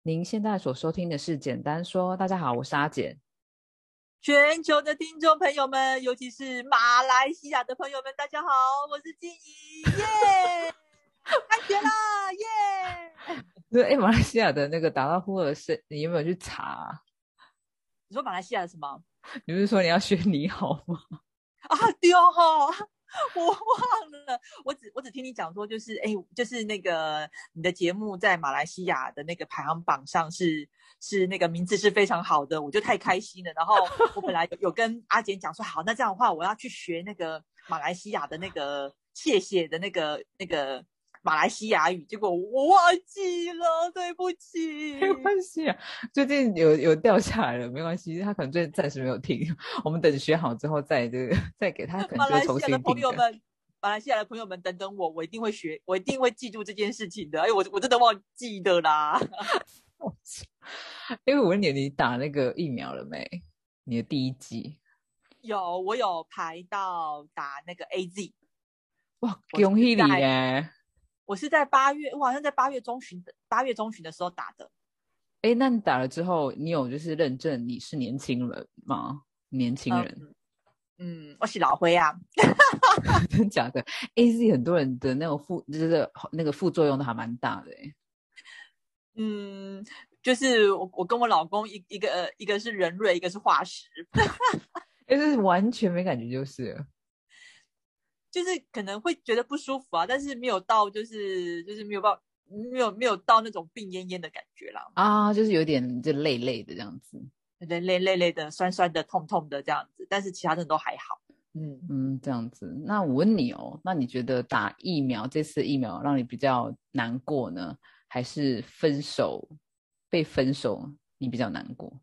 您现在所收听的是简单说，大家好，我是阿简。 全球的听众朋友们，尤其是马来西亚的朋友们，大家好，我是静怡，耶，开学啦，耶！ 对，马来西亚的那个打招呼的是，你有没有去查啊？ 你说马来西亚的什么你不是说你要学你好吗？ 啊？丢哈，我忘了，我只听你讲说，就是那个你的节目在马来西亚的那个排行榜上是那个名字是非常好的，我就太开心了。然后我本来有跟阿简讲说，好，那这样的话我要去学那个马来西亚的那个谢谢的那个马来西亚语，结果我忘记了，对不没起。 关系啊，最近有掉下来了，没关系，他可能最近暂时没有听，我们等学好之后再这个再给他，可能马就会重来西亚的新听的。 朋友们，马来西亚的朋友们，等等我，我一定会学，我一定会记住这件事情的。哎，我真的忘记的啦。 因为我问你，你打那个疫苗了没？你的第一剂？ 我有排到打那个 AZ， 哇， 我是恭喜你在耶！ 我是在8月，我好像在8月中旬的时候打的。 哎，那你打了之后，你有就是认证你是年轻人吗？年轻嗯人。 我是老灰啊。 真假的？AZ 很多人的那种就是那个副作用都还蛮大的欸。 嗯，就是我跟我老公一个是人瑞，一个是化石， 就是完全没感觉就是了就是可能会觉得不舒服啊，但是没有到就是没有到那种病恹恹的感觉啦。 啊，就是有点就累累的这样子。 累的、酸酸的、痛痛的这样子，但是其他的都还好。 嗯，这样子。那我问你哦，那你觉得打疫苗这次疫苗让你比较难过呢，还是被分手你比较难过？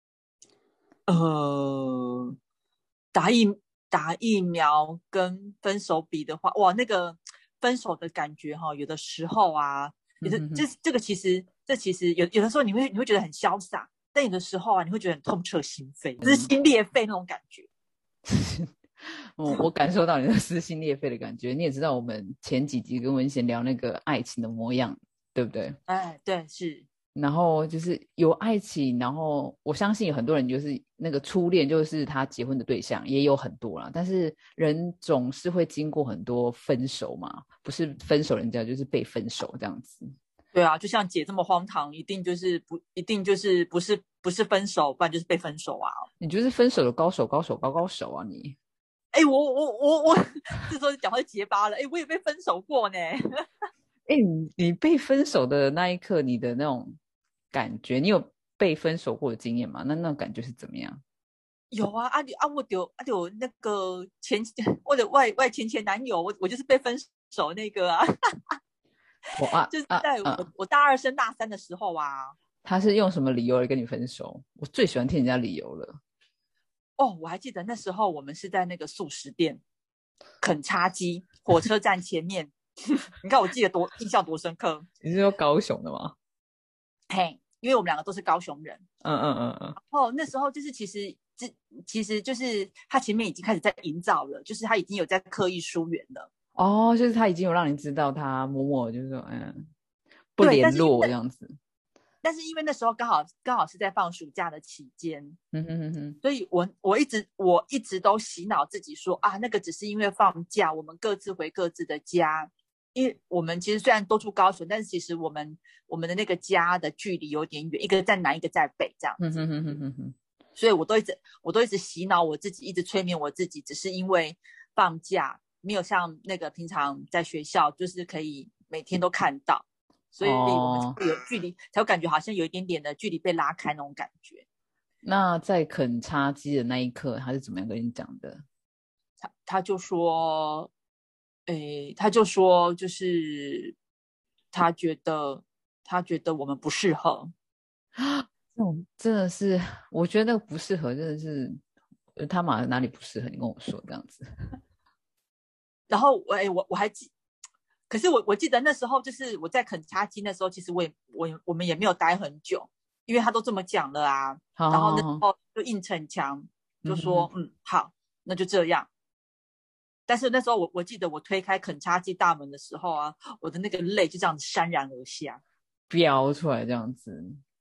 呃，打疫打疫苗跟分手比的话，哇，那个分手的感觉哈，有的时候啊，有的嗯哼哼， 这其实有的时候你会觉得很潇洒，但有的时候啊，你会觉得很痛彻心扉，撕嗯， 心裂肺那种感觉。 我感受到你的撕心裂肺的感觉。你也知道，我们前几集跟文贤聊那个爱情的模样，对不对？ 哎，对，是。 然后就是有爱情，然后我相信有很多人就是那个初恋就是他结婚的对象，也有很多啦。但是人总是会经过很多分手嘛，不是分手人家就是被分手这样子。 对啊，就像姐这么荒唐，一定就是不是分手，不然就是被分手啊。 你就是分手的高手，高手高高手啊你！ 哎，我，这时候讲话就结巴了。哎，我也被分手过呢。 哎，你被分手的那一刻，你的那种感觉，你有被分手过的经验吗？那种感觉是怎么样？ 有啊，我那个我的外前男友，我就是被分手那个啊。 我啊就是啊在我啊， 我大二升大三的时候啊。 他是用什么理由来跟你分手？我最喜欢听人家理由了。 哦，我还记得那时候我们是在那个素食店肯叉基火车站前面。你看我记得印象多深刻。 你是说高雄的吗？ 嘿，因为我们两个都是高雄人。 嗯。 哦，那时候就是其实就是他前面已经开始在营造了，就是他已经有在刻意疏远了。 哦，就是他已经有让你知道他默默就是说，不对， 联络这样子。 但是因为那时候刚好是在放暑假的期间， 嗯哼哼哼， 所以我一直都洗脑自己说啊，那个只是因为放假，我们各自回各自的家。因为我们其实虽然都住高雄，但是其实我们的那个家的距离有点远，一个在南，一个在北这样子。 嗯哼哼哼哼哼。 所以我都一直洗脑我自己，一直催眠我自己，只是因为放假没有像那个平常在学校，就是可以每天都看到，所以我们才哦， 会有距离，才会感觉好像有一点点的距离被拉开那种感觉。 那在啃叉鸡的那一刻，他是怎么样跟你讲的？ 他就说，他就说，就是他觉得他觉得我们不适合。 这种真的是，我觉得那个不适合，真的是他哪里不适合？你跟我说这样子。 然后我还记，可是我记得那时候就是我在肯叉基那时候，其实我们也没有待很久，因为他都这么讲了啊。 好然后那时好好， 候就硬逞强，就嗯哼哼， 说好，那就这样。但是那时候我记得我推开肯叉基大门的时候啊，我的那个泪就这样子潸然而下。 飙出来这样子。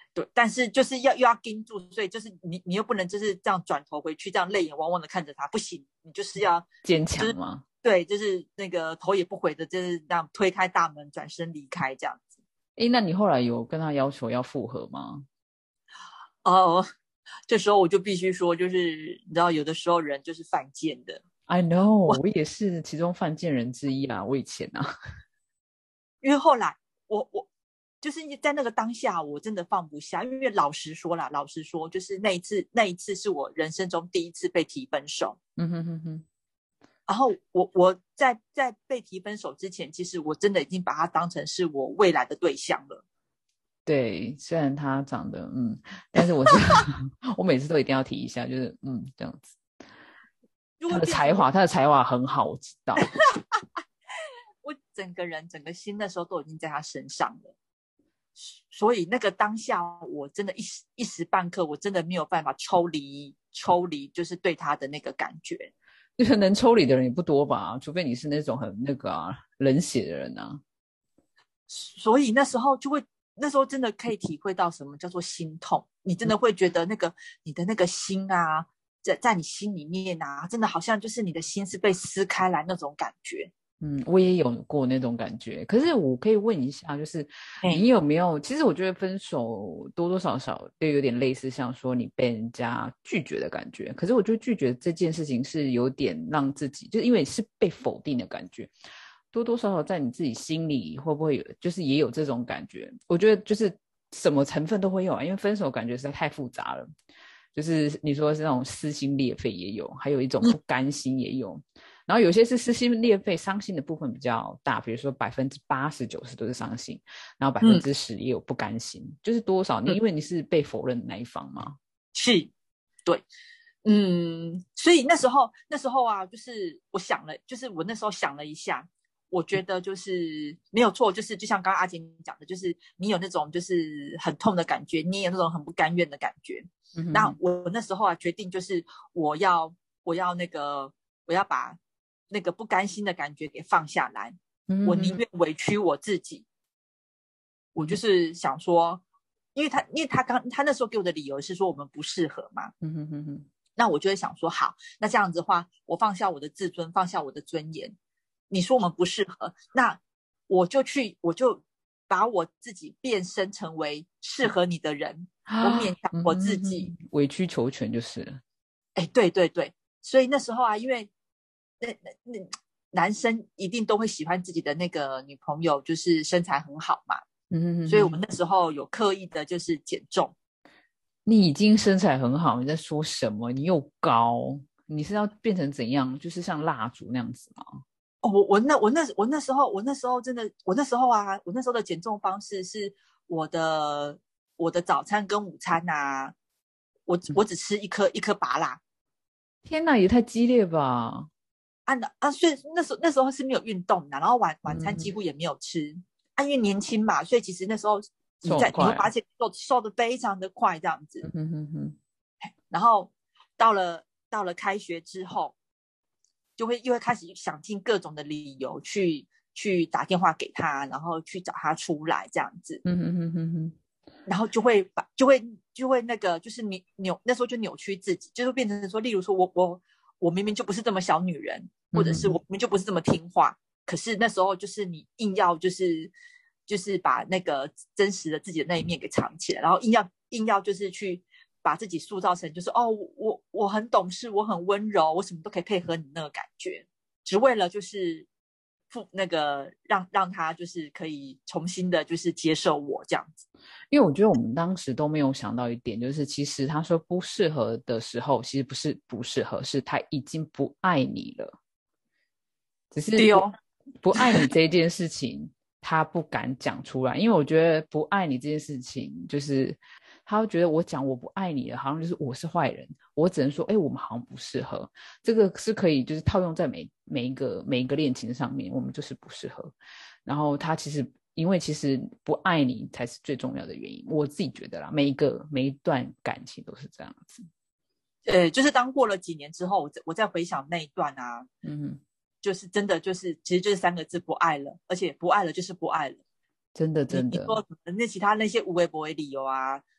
对，但是就是又要盯住，所以就是你又不能就是这样转头回去，这样泪眼汪汪的看着他，不行，你就是要坚强吗？ 对，就是那个头也不回的，就是这样推开大门，转身离开这样子。 那你后来有跟他要求要复合吗？ 哦，这时候我就必须说，就是你知道，有的时候人就是犯贱的。 I know，我也是其中犯贱人之一啊。我以前啊， 因为后来我就是在那个当下，我真的放不下。因为老实说啦，老实说，就是那一次是我人生中第一次被提分手。 嗯哼哼哼， 然后我在被提分手之前，其实我真的已经把他当成是我未来的对象了。 对，虽然他长得但是我是我每次都一定要提一下，就是这样子。他的才华很好，我知道。 我整个人整个心那时候都已经在他身上了，所以那个当下我真的一时半刻我真的没有办法抽离，就是对他的那个感觉。 就是能抽离的人也不多吧，除非你是那种很那个冷血的人啊。 所以那时候真的可以体会到什么叫做心痛，你真的会觉得那个你的那个心啊，在你心里面啊，真的好像就是你的心是被撕开来那种感觉。 我也有过那种感觉。可是我可以问一下，就是你有没有？其实我觉得分手多多少少都有点类似，像说你被人家拒绝的感觉。可是我觉得拒绝这件事情是有点让自己，就是因为是被否定的感觉，多多少少在你自己心里会不会有，就是也有这种感觉？我觉得就是什么成分都会有啊，因为分手感觉实在太复杂了。就是你说是那种撕心裂肺也有，还有一种不甘心也有。然后有些是撕心裂肺，伤心的部分比较大，比如说80%、90%都是伤心，然后10%也有不甘心，就是多少因为你是被否认的那一方嘛。 是，对，所以那时候啊，就是我想了，就是我那时候想了一下，我觉得就是没有错，就是就像刚刚阿杰讲的，就是你有那种就是很痛的感觉，你也有那种很不甘愿的感觉。那我那时候啊决定就是我要把那个不甘心的感觉给放下来，我宁愿委屈我自己。我就是想说，因为他那时候给我的理由是说我们不适合嘛。那我就会想说，好，那这样子的话，我放下我的自尊，放下我的尊严。你说我们不适合，那我就把我自己变身成为适合你的人，我勉强我自己， 委曲求全就是了。 对对对，所以那时候啊，因为那男生一定都会喜欢自己的那个女朋友，就是身材很好嘛。所以我们那时候有刻意的就是减重。 你已经身材很好，你在说什么？你又高，你是要变成怎样？就是像蜡烛那样子吗？ 我那时候真的，我那时候的减重方式是我的早餐跟午餐啊，我只吃一颗芭乐。 天哪，也太激烈吧！ 所以那时候是没有运动的，然后晚餐几乎也没有吃。因为年轻嘛，所以其实那时候你会发现瘦的非常的快这样子。然后到了开学之后，又会开始想尽各种的理由去打电话给他，然后去找他出来这样子。然后就会那个就是那时候就扭曲自己，就是变成说，例如说我明明就不是这么小女人，或者是我明明就不是这么听话，可是那时候就是你硬要就是把那个真实的自己的那一面给藏起来，然后硬要就是去把自己塑造成就是我很懂事，我很温柔，我什么都可以配合你那个感觉，只为了就是那个让他就是可以重新的就是接受我这样子。 因为我觉得我们当时都没有想到一点，就是其实他说不适合的时候，其实不是不适合，是他已经不爱你了，只是不爱你这件事情他不敢讲出来。因为我觉得不爱你这件事情，就是他会觉得我讲我不爱你了，好像就是我是坏人，我只能说我们好像不适合。这个是可以就是套用在每一个恋情上面，我们就是不适合。然后他因为其实不爱你才是最重要的原因，我自己觉得啦，每一段感情都是这样子。 就是当过了几年之后，我再回想那一段啊，就是真的就是其实就是3个字，不爱了，而且不爱了就是不爱了。 真的你说那其他那些无微不微理由啊，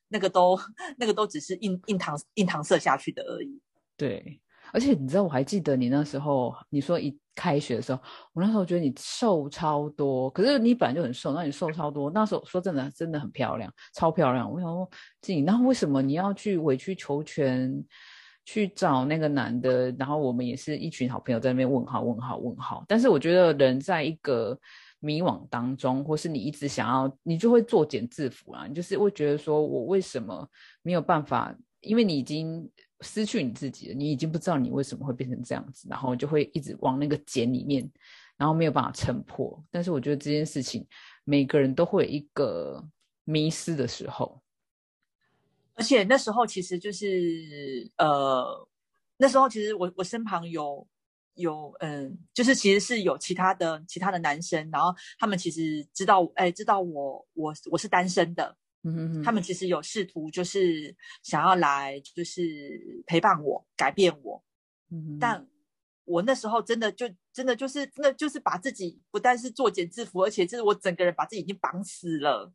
那个都那个都只是印堂射下去的而已。 对，而且你知道，我还记得你那时候，你说一开学的时候，我那时候觉得你瘦超多，可是你本来就很瘦，那你瘦超多，那时候说真的，真的很漂亮，超漂亮。我想说，自己，然后为什么你要去委曲求全，去找那个男的？然后我们也是一群好朋友在那边问号问号问号。但是我觉得人在一个迷惘当中，或是你一直想要，你就会作茧自缚啦，你就是会觉得说我为什么没有办法，因为你已经失去你自己了，你已经不知道你为什么会变成这样子，然后就会一直往那个茧里面，然后没有办法撑破。但是我觉得这件事情每个人都会有一个迷失的时候。 而且那时候其实就是那时候其实我身旁有就是其实是有其他的男生，然后他们其实知道我是单身的。他们其实有试图就是想要来就是陪伴我改变我。但我那时候真的就是把自己不但是作茧自缚，而且就是我整个人把自己已经绑死了。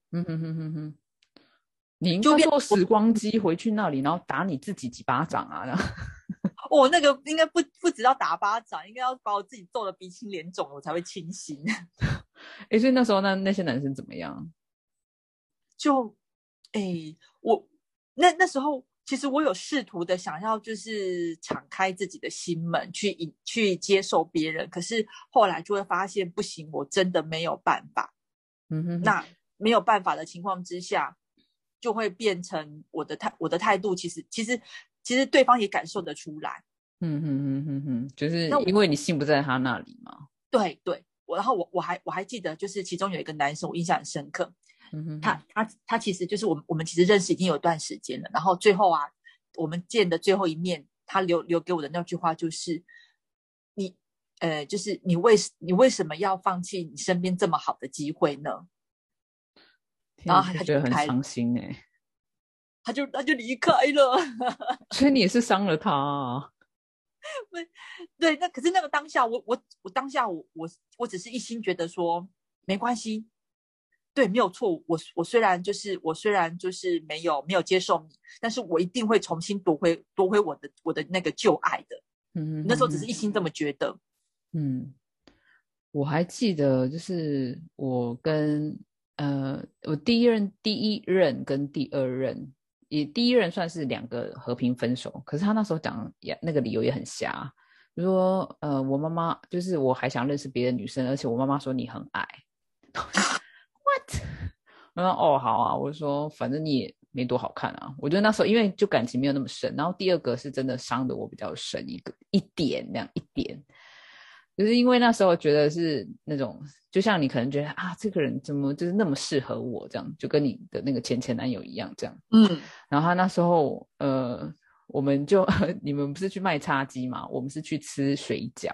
你应该坐时光机回去那里，然后打你自己几巴掌啊！ 我那个应该不只要打巴掌，应该要把我自己揍得鼻青脸肿，我才会清醒。 所以那时候那些男生怎么样？ 就我那时候其实我有试图的想要就是敞开自己的心门去接受别人，可是后来就会发现不行，我真的没有办法。那没有办法的情况之下，就会变成我的态度，其实对方也感受得出来。 就是因为你心不在他那里嘛。 对，然后我还记得，就是其中有一个男生，我印象很深刻。他其实就是我们其实认识已经有一段时间了，然后最后啊，我们见的最后一面，他留给我的那句话就是就是你为什么要放弃你身边这么好的机会呢？然后他就觉得很伤心他就离开了。 所以你也是伤了他啊。 对，可是那个当下，我当下我只是一心觉得说没关系。对，没有错。我虽然就是没有接受你，但是我一定会重新夺回我的那个旧爱的。那时候只是一心这么觉得。 我还记得，就是我跟我第一任跟第二任，第一任算是2个和平分手，可是他那时候讲那个理由也很瞎，就说我妈妈就是我还想认识别的女生，而且我妈妈说你很矮。What？ 我说哦好啊，我说反正你也没多好看啊。我觉得那时候因为就感情没有那么深，然后第二个是真的伤的我比较深一点那样一点，就是因为那时候觉得是那种，就像你可能觉得啊这个人怎么就是那么适合我这样，就跟你的那个前男友一样这样。然后他那时候我们就你们不是去卖叉鸡嘛，我们是去吃水饺。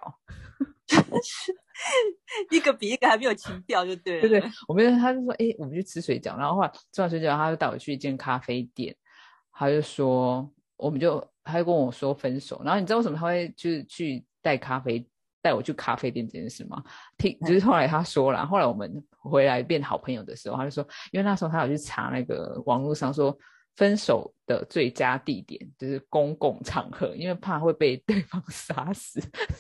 一个比一个还没有情调就对了。 对，他就说我们去吃水饺，然后后来吃完水饺他就带我去一间咖啡店，他就说他就跟我说分手。然后你知道为什么他会就是去带我去咖啡店这件事吗？就是后来他说了，后来我们回来变好朋友的时候，他就说因为那时候他有去查那个网络上说分手的最佳地点就是公共场合，因为怕会被对方杀死。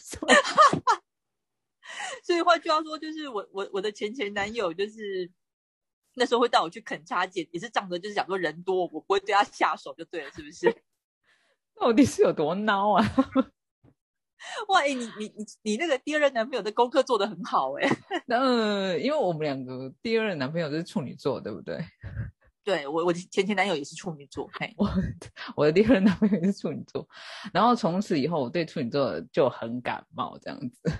所以换句话说，就是我的前男友就是那时候会带我去啃叉姐，也是仗着就是想说人多，我不会对他下手就对了，是不是？ 到底是有多孬啊？ 哇，你那个第二任男朋友的功课做得很好因为我们2个第二任男朋友都是处女座，对不对？ 对，我的前男友也是处女座。 我的第二任男朋友也是处女座，然后从此以后我对处女座就很感冒这样子。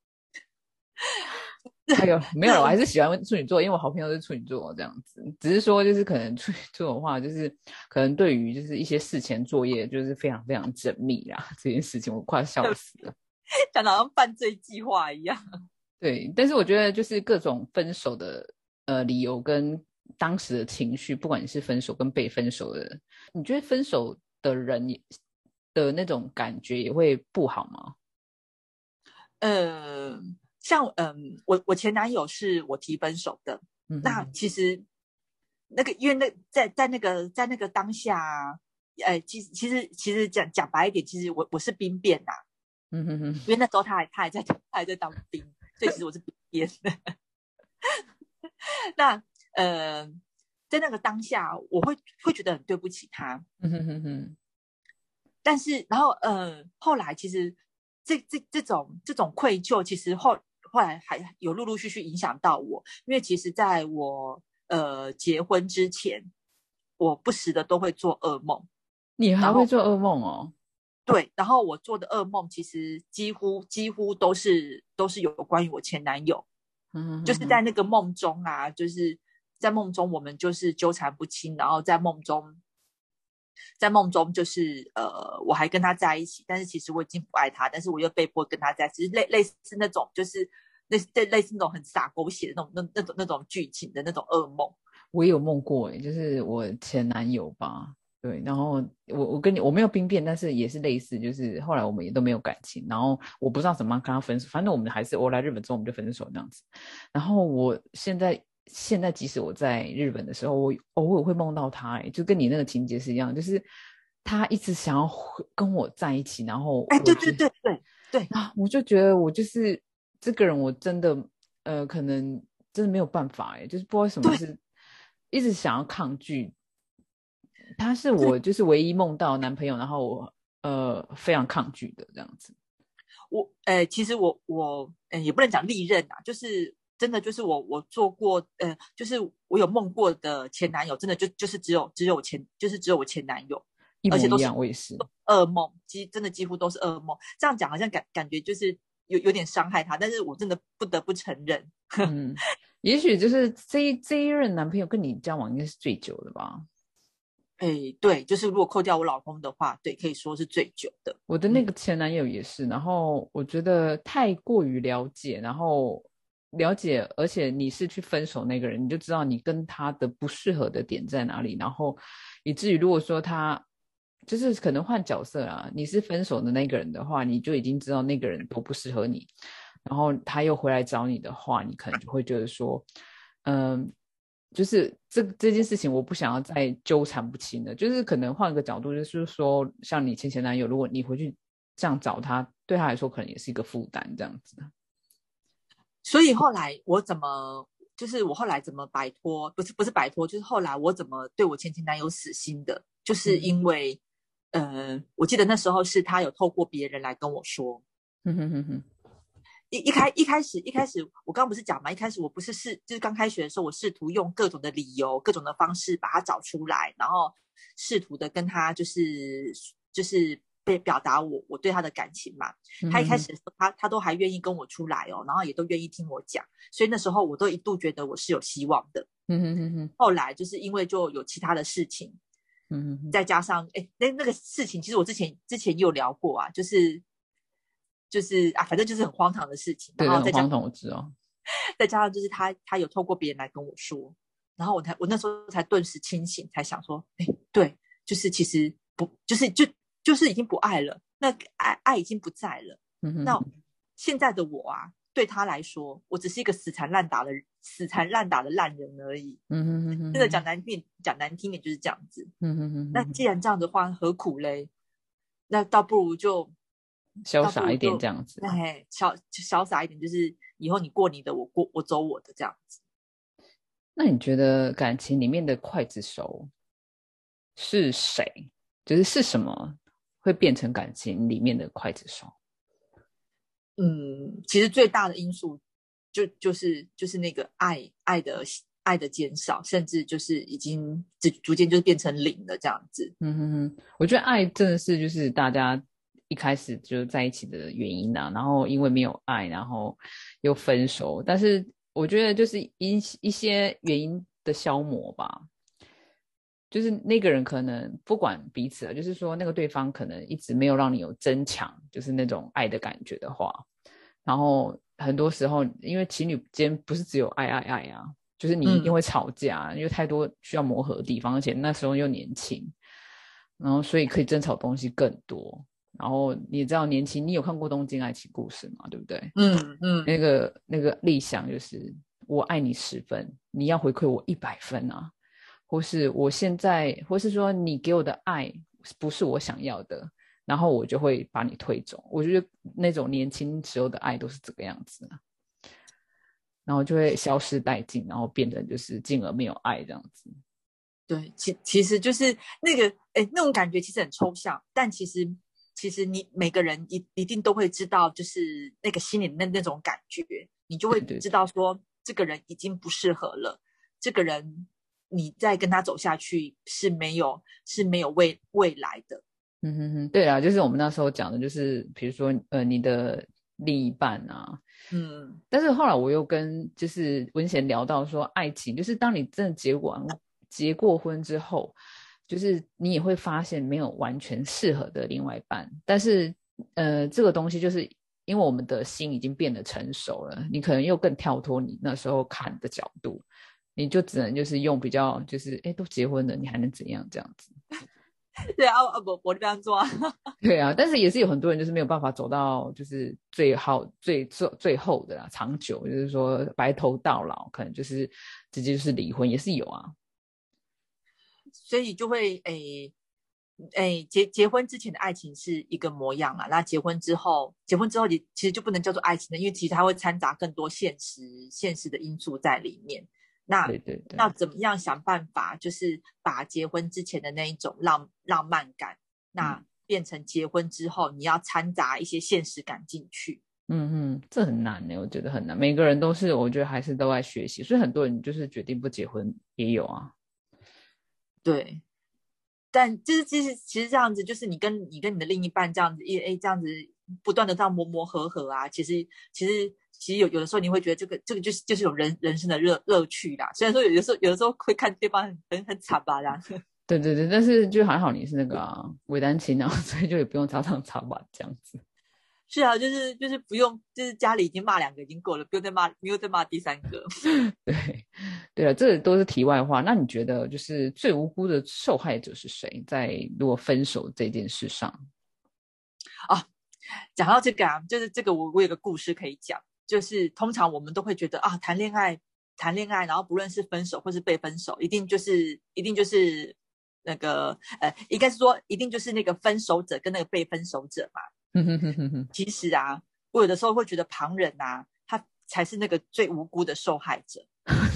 还有没有？我还是喜欢处女座，因为我好朋友是处女座这样子。只是说，就是可能处女座的话，就是可能对于就是一些事前作业，就是非常非常缜密啦。这件事情我快笑死了， 讲得好像犯罪计划一样。 对，但是我觉得就是各种分手的理由跟当时的情绪，不管你是分手跟被分手的，你觉得分手的人的那种感觉也会不好吗？ 像我前男友是我提分手的。那其实那个因为在那个当下啊，其实讲白一点，其实我是兵变呐、因为那时候他还在当兵，所以其实我是兵变的。那呃，在那个当下，我会觉得很对不起他。但是然后后来其实这种愧疚，其实后来还有陆陆续续影响到我，因为其实在我结婚之前，我不时的都会做噩梦。 你还然后会做噩梦哦？ 对，然后我做的噩梦其实几乎都是有关于我前男友。就是在那个梦中啊，就是在梦中我们就是纠缠不清，然后在梦中就是我还跟他在一起，但是其实我已经不爱他，但是我又被迫跟他在一起，类似那种就是类似那种很洒狗血的那种剧情的那种噩梦。 我也有梦过诶，就是我前男友吧，对，然后我跟你我没有兵变，但是也是类似，就是后来我们也都没有感情，然后我不知道怎么样跟他分手，反正我们还是我来日本之后我们就分手这样子。然后我现在即使我在日本的时候，我偶尔会梦到他，就跟你那个情节是一样，就是他一直想要跟我在一起，然后哎，对对对对对啊，我就觉得我就是这个人，我真的可能真的没有办法就是不知道为什么，就对是一直想要抗拒。他是对， 我就是唯一梦到男朋友，然后我非常抗拒的这样子。 其实我也不能讲历任啊，就是真的就是我做过就是我有梦过的前男友，真的就是只有我前男友，而且都是一模一样，我也是。 噩梦，真的几乎都是噩梦。这样讲好像感觉就是有点伤害他，但是我真的不得不承认。 嗯，也许就是这一任男朋友跟你交往应该是最久的吧。 哎，对，就是如果扣掉我老公的话，对，可以说是最久的。 我的那个前男友也是，然后我觉得太过于了解，然后了解，而且你是去分手那个人，你就知道你跟他的不适合的点在哪里，然后以至于如果说他就是可能换角色啊，你是分手的那个人的话，你就已经知道那个人多不适合你，然后他又回来找你的话，你可能就会觉得说，嗯。就是这件事情，我不想要再纠缠不清了。就是可能换个角度，就是说，像你前男友，如果你回去这样找他，对他来说可能也是一个负担，这样子。 所以后来就是我后来怎么摆脱，不是摆脱，就是后来我怎么对我前男友死心的，就是因为，我记得那时候是他有透过别人来跟我说。 哼哼哼哼。 一开始，我刚刚不是讲嘛？一开始我不是就是刚开学的时候，我试图用各种的理由、各种的方式把他找出来，然后试图的跟他就是被表达我对他的感情嘛。他一开始的时候，他都还愿意跟我出来哦，然后也都愿意听我讲，所以那时候我都一度觉得我是有希望的。 哼哼哼哼。 后来就是因为就有其他的事情，再加上那个事情，其实我之前也有聊过啊，就是啊，反正就是很荒唐的事情， 对对， 然后很荒唐，我知道。 再加上就是他有透过别人来跟我说，然后我那时候才顿时清醒，才想说，对，就是其实不就是已经不爱了，那爱已经不在了。那现在的我啊，对他来说，我只是一个死缠烂打的烂人而已。真的讲难听点就是这样子。那既然这样的话，何苦嘞？那倒不如就潇洒一点这样子。 潇洒一点，就是以后你过你的，我走我的这样子。 那你觉得感情里面的刽子手是谁？就是什么会变成感情里面的刽子手？ 其实最大的因素就是那个爱的减少，甚至就是已经逐渐就是变成零了这样子。 我觉得爱真的是就是大家一开始就在一起的原因啊，然后因为没有爱，然后又分手。但是我觉得就是一些原因的消磨吧，就是那个人可能不管彼此就是说那个对方可能一直没有让你有增强就是那种爱的感觉的话，然后很多时候因为情侣间不是只有爱啊，就是你一定会吵架，因为太多需要磨合的地方，而且那时候又年轻，然后所以可以争吵的东西更多。然后你也知道年轻，你有看过《东京爱情故事》嘛？对不对？那个立想就是我爱你10分，你要回馈我100分啊。 或是我现在，或是说你给我的爱不是我想要的，然后我就会把你推走。我觉得那种年轻时候的爱都是这个样子，然后就会消失殆尽，然后变成就是进而没有爱这样子。 对，其实就是那个，那种感觉其实很抽象，但其实你每个人一定都会知道，就是那个心里的那种感觉，你就会对对对， 知道说这个人已经不适合了，这个人你再跟他走下去是没有未来的。 嗯哼哼，对啊，就是我们那时候讲的，就是比如说你的另一半啊， 嗯， 但是后来我又跟就是文贤聊到说，爱情就是当你真的结过婚之后，就是你也会发现没有完全适合的另外一半，但是这个东西就是因为我们的心已经变得成熟了，你可能又更跳脱你那时候看的角度，你就只能就是用比较就是都结婚了，你还能怎样这样子？ 对啊，我就这样做啊。 对啊，但是也是有很多人就是没有办法走到就是最好最后的啦，长久就是说白头到老，可能就是直接就是离婚也是有啊。 所以就会结婚之前的爱情是一个模样啊，那结婚之后你其实就不能叫做爱情了，因为其实它会掺杂更多现实的因素在里面。那对对对， 要怎么样想办法，就是把结婚之前的那一种浪漫感，那变成结婚之后你要掺杂一些现实感进去。 嗯嗯，这很难呢，我觉得很难。每个人都是，我觉得还是都在学习，所以很多人就是决定不结婚也有啊。 对，但就是其实这样子，就是你跟你的另一半这样子，这样子不断的这样磨磨合合啊，其实有的时候你会觉得这个就是有人生的乐趣啦。虽然说有的时候会看对方很惨吧，这样。 对对对，但是就还好你是那个伪单亲啊，所以就也不用常常吵吧这样子。 是啊，就是不用，就是家里已经骂两个已经够了，不用再骂第三个。 对对啊，这都是题外话。那你觉得就是最无辜的受害者是谁？在如果分手这件事上？ 啊。讲到这个啊，就是这个我有个故事可以讲，就是通常我们都会觉得啊，谈恋爱，然后不论是分手或是被分手，一定就是那个应该是说一定就是那个分手者跟那个被分手者嘛。 哼哼哼哼哼， 其实啊，我有的时候会觉得旁人啊，他才是那个最无辜的受害者。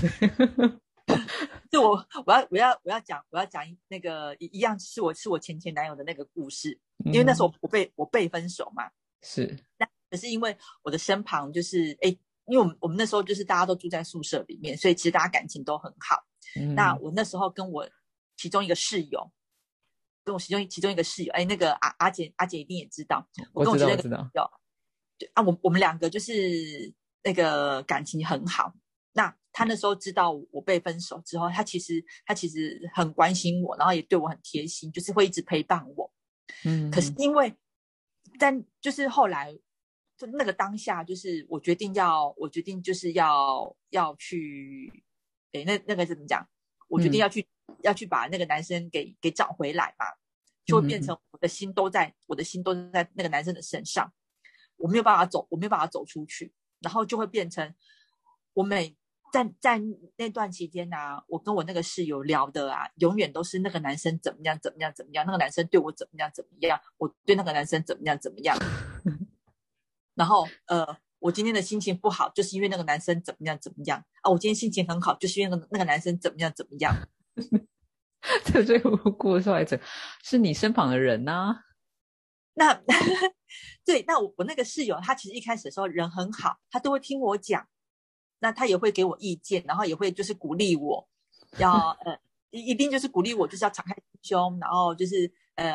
就我要讲那个一样是我前男友的那个故事，因为那时候我被分手嘛。 是， 可是因为我的身旁就是因为我们那时候就是大家都住在宿舍里面，所以其实大家感情都很好。那嗯， 我那时候跟我其中一个室友，跟我其中一个室友，那个阿姐一定也知道，我我知跟我其中一个室道我知道， 友，对啊，我们两个就是那个感情很好。那他那时候知道我被分手之后，他其实很关心我，然后也对我很贴心，就是会一直陪伴我。可是嗯但就是后来就那个当下，就是我决定就是要去，那个怎么讲？我决定嗯要去把那个男生给找回来嘛，就会变嗯嗯成我的心都在那个男生的身上，我没有办法走出去，然后就会变成我每在那段期间啊，我跟我那个室友聊的啊，永远都是那个男生怎么样怎么样怎么样，那个男生对我怎么样怎么样，我对那个男生怎么样怎么样。然后我今天的心情不好，就是因为那个男生怎么样怎么样啊，我今天心情很好，就是因为那个男生怎么样怎么样。 这最无辜的受害者是你身旁的人呐、 那对，那我那个室友他其实一开始的时候人很好，他都会听我讲，那他也会给我意见，然后也会就是鼓励我，要一定就是鼓励我，就是要敞开心胸，然后就是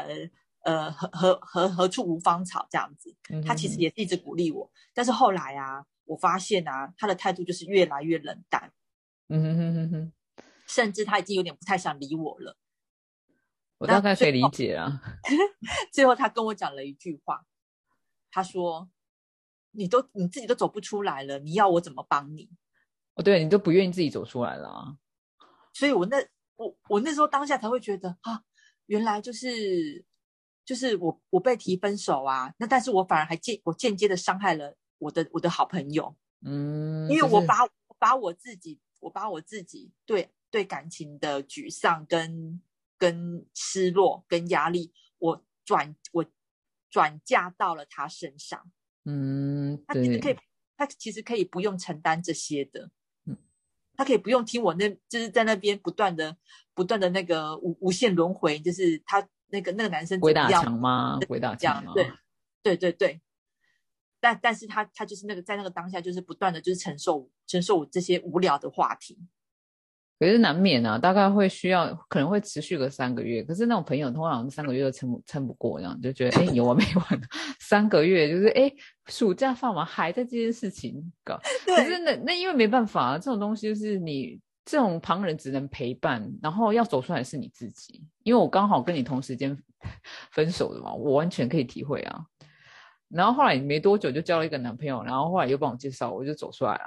何处无芳草这样子。他其实嗯哼哼， 也是一直鼓励我，但是后来啊，我发现啊，他的态度就是越来越冷淡， 嗯哼哼哼哼， 甚至他已经有点不太想理我了。 我大那概可以理解啊。 最后他跟我讲了一句话，他说：你自己都走不出来了，你要我怎么帮你？” 哦，对，你都不愿意自己走出来了啊。 所以我那时候当下才会觉得啊，原来就是我被提分手啊，那但是我反而间接的伤害了我的好朋友， 嗯， 因为就是我把我自己对对感情的沮丧跟失落跟压力，我转嫁到了他身上。 对， 他其实可以不用承担这些的。 嗯他可以不用听我就是在那边不断的那个无限轮回，就是他那个男生鬼打怎么样墙吗？鬼打墙吗？ 对，但是他就是那个在那个当下就是不断的就是承受我这些无聊的话题。 可是难免啊，大概会需要，可能会持续个3个月。可是那种朋友通常3个月都撑不过，这样就觉得有完没完3个月，就是暑假放完还在这件事情搞。可是那因为没办法啊，这种东西就是你这种旁人只能陪伴，然后要走出来是你自己。因为我刚好跟你同时间分手的嘛，我完全可以体会啊。然后后来没多久就交了一个男朋友，然后后来又帮我介绍，我就走出来了。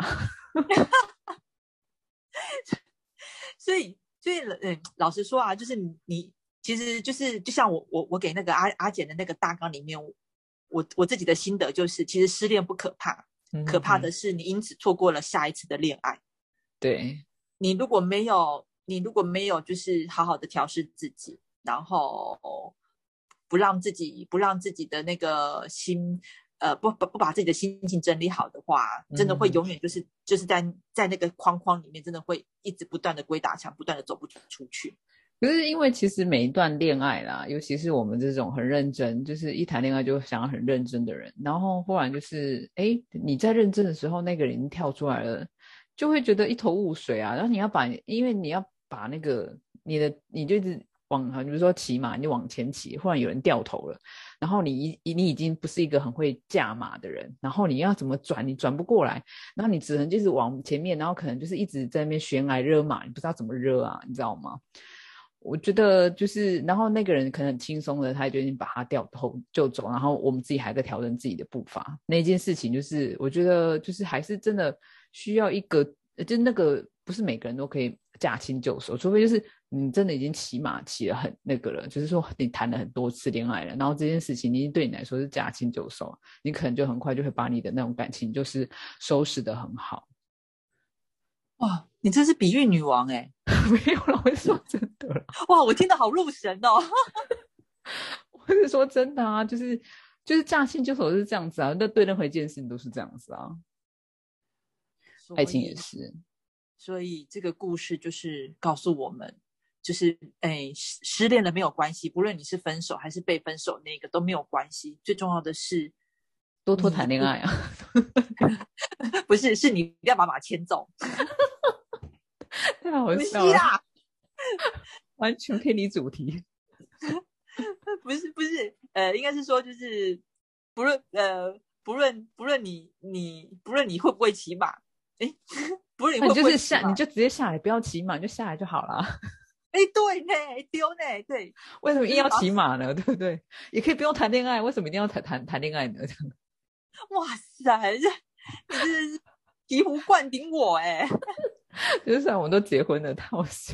所以老实说啊，就是你其实就是就像我给那个阿简的那个大纲里面，我自己的心得就是，其实失恋不可怕，可怕的是你因此错过了下一次的恋爱。 对， 你如果没有就是好好的调试自己，然后不让自己的那个心不把自己的心情整理好的话，真的会永远就是在那个框框里面，真的会一直不断的鬼打墙，不断的走不出去。 可是因为其实每一段恋爱啦，尤其是我们这种很认真，就是一谈恋爱就想要很认真的人，然后忽然就是你在认真的时候，那个人已经跳出来了，就会觉得一头雾水啊。然后因为你要把那个你就一直比如说骑马，你就往前骑，忽然有人掉头了，然后你已经不是一个很会驾马的人，然后你要怎么转，你转不过来，然后你只能就是往前面，然后可能就是一直在那边悬崖勒马，你不知道怎么勒啊，你知道吗？我觉得就是，然后那个人可能很轻松的，他决定把他掉头就走，然后我们自己还在调整自己的步伐。那件事情就是，我觉得就是还是真的需要一个，就那个不是每个人都可以驾轻就熟，除非就是你真的已经骑马骑了很那个了，就是说你谈了很多次恋爱了，然后这件事情已经对你来说是驾轻就熟，你可能就很快就会把你的那种感情就是收拾得很好。 哇，你真是比喻女王没有了，我是说真的了。 哇，我听得好入神哦。 我是说真的啊，就是驾轻就熟是这样子啊，那对任何一件事情都是这样子啊，爱情也是。 所以这个故事就是告诉我们，就是失恋了没有关系，不论你是分手还是被分手那个都没有关系，最重要的是多谈恋爱啊。 不是，是你不要把马牵走。 太好笑了，完全偏离主题。 不是，应该是说就是不论你会不会骑马，不论你会不会骑马， 你就直接下来，不要骑马，你就下来就好了。 对呢，丢呢，对， 为什么硬要骑马呢？对不对？也可以不用谈恋爱，为什么一定要谈恋爱呢？ 哇塞，你真的是醍醐灌顶我就是我们都结婚了，太好笑。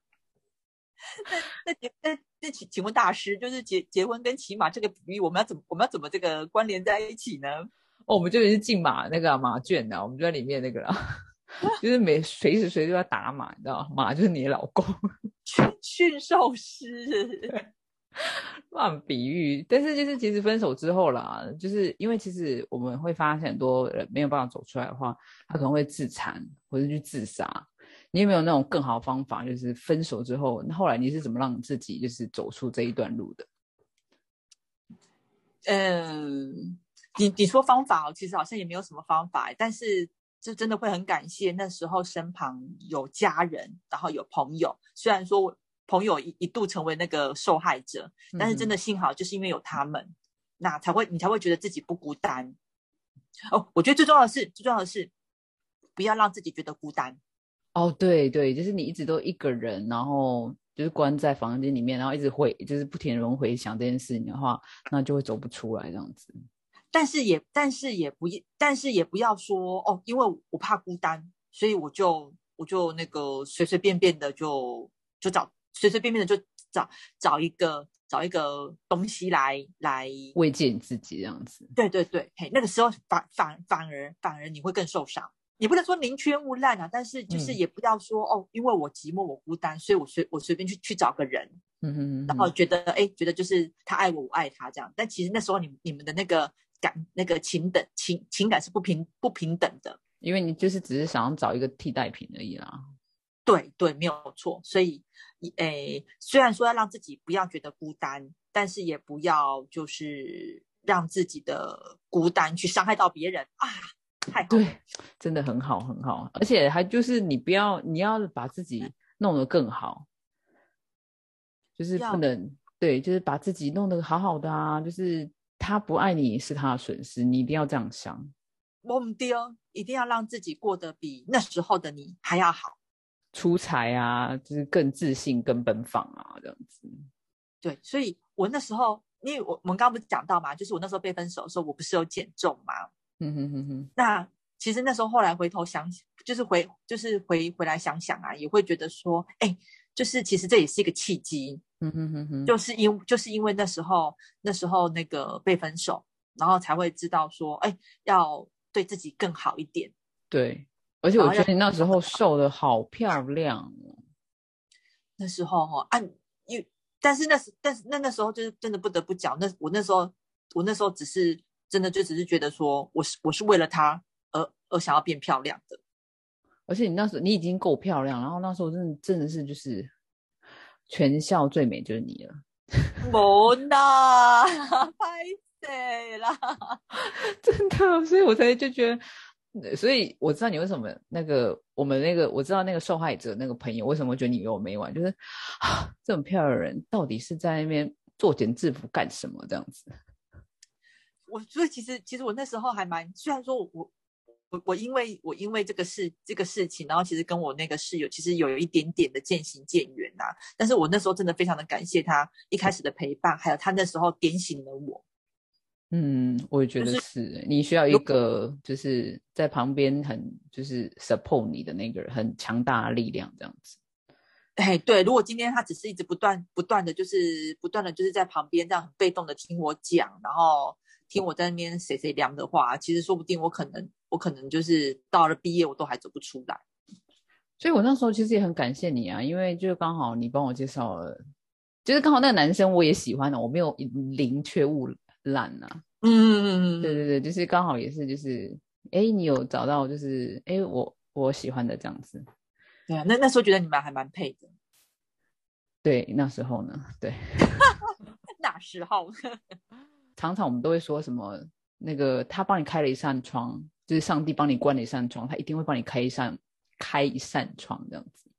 那请问大师，就是结婚跟骑马这个比喻，我们要怎么这个关联在一起呢？ 我们就是进马那个马圈的，我们就在里面那个啦，就是随时随地都要打马，你知道吗？马就是你的老公， 驯兽师。 乱比喻。但是就是其实分手之后啦，就是因为其实我们会发现很多人没有办法走出来的话，他可能会自残或者去自杀。你有没有那种更好的方法，就是分手之后，后来你是怎么让你自己就是走出这一段路的？ 你说方法，其实好像也没有什么方法，但是就真的会很感谢那时候身旁有家人，然后有朋友。虽然说朋友一度成为那个受害者，但是真的幸好就是因为有他们，那你才会觉得自己不孤单。我觉得最重要的是不要让自己觉得孤单。 对对，就是你一直都一个人，然后就是关在房间里面，然后一直就是不停地回想这件事情的话，那就会走不出来这样子。 但是也不要说因为我怕孤单，所以我就那个随随便便的就找一个东西来慰藉你自己这样子。 对，那个时候反而你会更受伤。 也不能说宁缺毋滥啊，但是就是也不要说因为我寂寞我孤单，所以我随便去找个人，然后觉得就是他爱我，我爱他这样。但其实那时候你们的那个情感是不平等的， 因为你就是只是想要找一个替代品而已啦。 对对，没有错。所以虽然说要让自己不要觉得孤单，但是也不要就是让自己的孤单去伤害到别人啊。太好了， 对，真的很好很好，而且还就是你要把自己弄得更好，就是不能对，就是把自己弄得好好的啊，就是他不爱你是他的损失，你一定要这样想。 我们丢一定要让自己过得比那时候的你还要好， 出彩啊，就是更自信、更奔放啊，这样子。 对，所以我那时候，因为我们刚刚不是讲到嘛，就是我那时候被分手的时候，我不是有减重嘛，那其实那时候后来回头想，就是回来想想啊，也会觉得说，就是其实这也是一个契机，就是因为那时候那个被分手，然后才会知道说，要对自己更好一点。 对，而且我觉得你那时候瘦的好漂亮哦。 那时候但是那时候就是真的不得不讲，我那时候只是真的就只是觉得说，我是为了他而想要变漂亮的。 而且你那时候你已经够漂亮，然后那时候真的是就是全校最美就是你了。 没啦，拍谁啦？ 真的，所以我才就觉得，所以我知道你为什么我知道那个受害者那个朋友为什么会觉得你有没完，就是这么漂亮的人到底是在那边作茧自缚干什么这样子。 所以其实我那时候还蛮，虽然说我因为这个事情，然后其实跟我那个室友其实有一点点的渐行渐远啊，但是我那时候真的非常的感谢他一开始的陪伴，还有他那时候点醒了我。 我也觉得是，你需要一个就是在旁边就是 support 你的那个人，很强大的力量这样子。 对，如果今天他只是一直不断的就是在旁边这样很被动的听我讲，然后听我在那边谁凉的话，其实说不定我可能就是到了毕业我都还走不出来。 所以我那时候其实也很感谢你啊，因为就刚好你帮我介绍了，就是刚好那个男生我也喜欢的，我没有宁缺毋滥啊。对对对，就是刚好也是就是你有找到就是我喜欢的这样子。 对啊，那时候觉得你们还蛮配的。 对，那时候呢，对， 那时候常常我们都会说什么那个他帮你开了一扇窗，就是上帝帮你关了一扇窗，他一定会帮你开一扇窗这样子。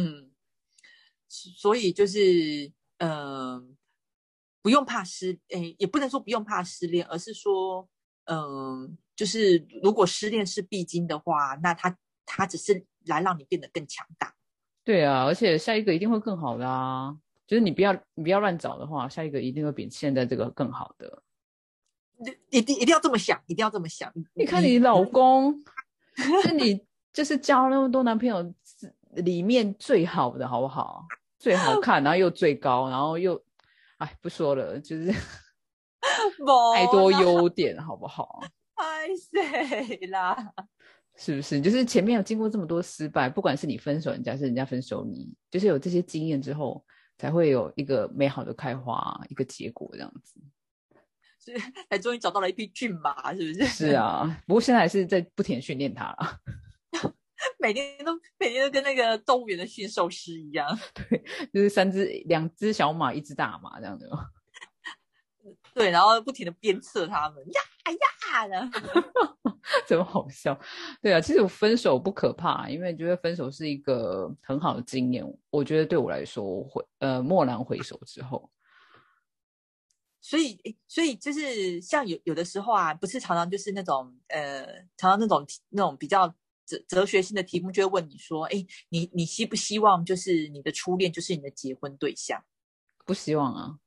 所以就是不用怕也不能说不用怕失恋，而是说就是如果失恋是必经的话，那他只是来让你变得更强大。 对啊，而且下一个一定会更好的啊！就是你不要乱找的话，下一个一定会比现在这个更好的。 一定要这么想，一定要这么想。 你看你老公，是你就是交那么多男朋友里面最好的，好不好？最好看，然后又最高，然后又，不说了，就是太多优点，好不好？ 太谁啦？ 是不是？就是前面有经过这么多失败，不管是你分手人家，是人家分手你，就是有这些经验之后，才会有一个美好的开花，一个结果这样子。 所以才终于找到了一匹骏马，是不是？ 是啊，不过现在还是在不停训练它了。 每天都跟那个动物园的驯兽师一样。 对，就是两只小马，一只大马这样的。 对，然后不停的鞭策他们呀的。 怎么好笑？对啊，其实我分手不可怕，因为觉得分手是一个很好的经验。我觉得对我来说，蓦然回首之后， 所以就是像有的时候啊，不是常常就是那种常常那种比较哲学性的题目，就会问你说，你希不希望就是你的初恋就是你的结婚对象？ 不希望啊。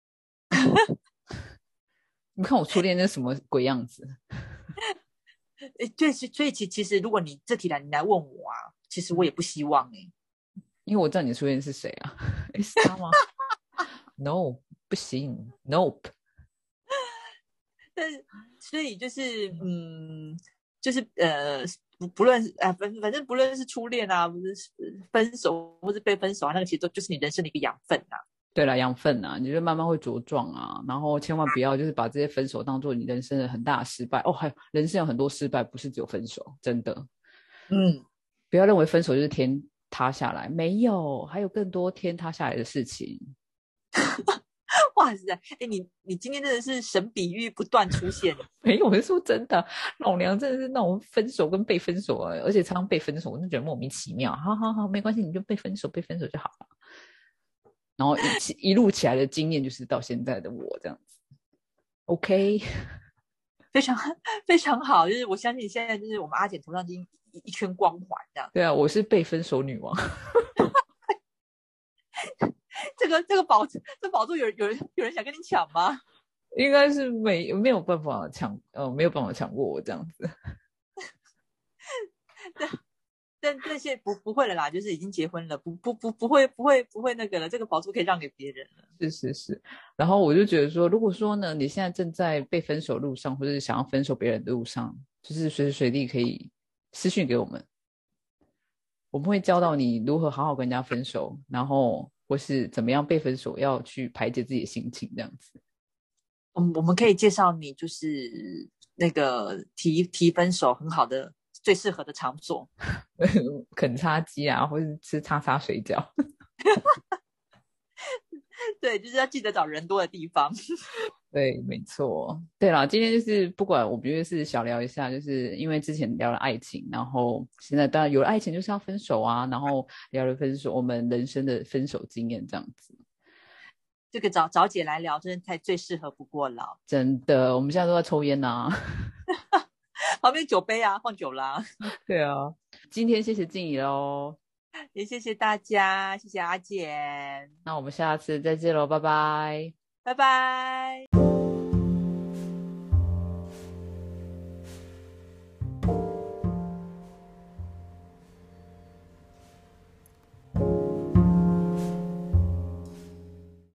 你看我初恋那什么鬼样子？ 对，所以其实如果你这题你来问我啊，其实我也不希望因为我知道你的初恋是谁啊？是他吗？No， 不行 ，Nope。 但是所以就是就是不论反正不论是初恋啊，不是分手或是被分手啊，那个其实都就是你人生的一个养分啊。 对了，养分啊，你就慢慢会茁壮啊，然后千万不要就是把这些分手当做你人生的很大的失败哦。还有人生有很多失败，不是只有分手，真的。不要认为分手就是天塌下来，没有，还有更多天塌下来的事情。 哇塞，你今天真的是神比喻不断出现。 没有，我是说真的，老娘真的是那种分手跟被分手而且常常被分手，我就觉得莫名其妙。好好好，没关系，你就被分手就好了。然后一路起来的经验就是到现在的我这样子。OK， 非常非常好，就是我相信现在就是我们阿简头上已经一圈光环这样。 对啊，我是被分手女王。 这个宝座有人想跟你抢吗？ 应该是没有办法抢，没有办法抢过我这样子。 但这些不会了啦，就是已经结婚了，不会那个了，这个宝座可以让给别人了。 是。然后我就觉得说，如果说呢，你现在正在被分手路上，或者是想要分手别人的路上，就是随时随地可以私讯给我们，我们会教到你如何好好跟人家分手，然后或是怎么样被分手要去排解自己的心情这样子。 我们可以介绍你就是那个提分手很好的最适合的场所。 啃叉鸡啊，或是吃叉叉水饺。 对，就是要记得找人多的地方。 对，没错。对啦，今天就是不管，我觉得是小聊一下，就是因为之前聊了爱情，然后现在当然有了爱情就是要分手啊，然后聊了分手，我们人生的分手经验这样子。 这个找姐来聊，真的太最适合不过了。 真的，我们现在都在抽烟啊。 旁边酒杯啊，放酒啦。 对啊，今天谢谢静怡咯， 也谢谢大家，谢谢阿简， 那我们下次再见咯，拜拜。 拜拜。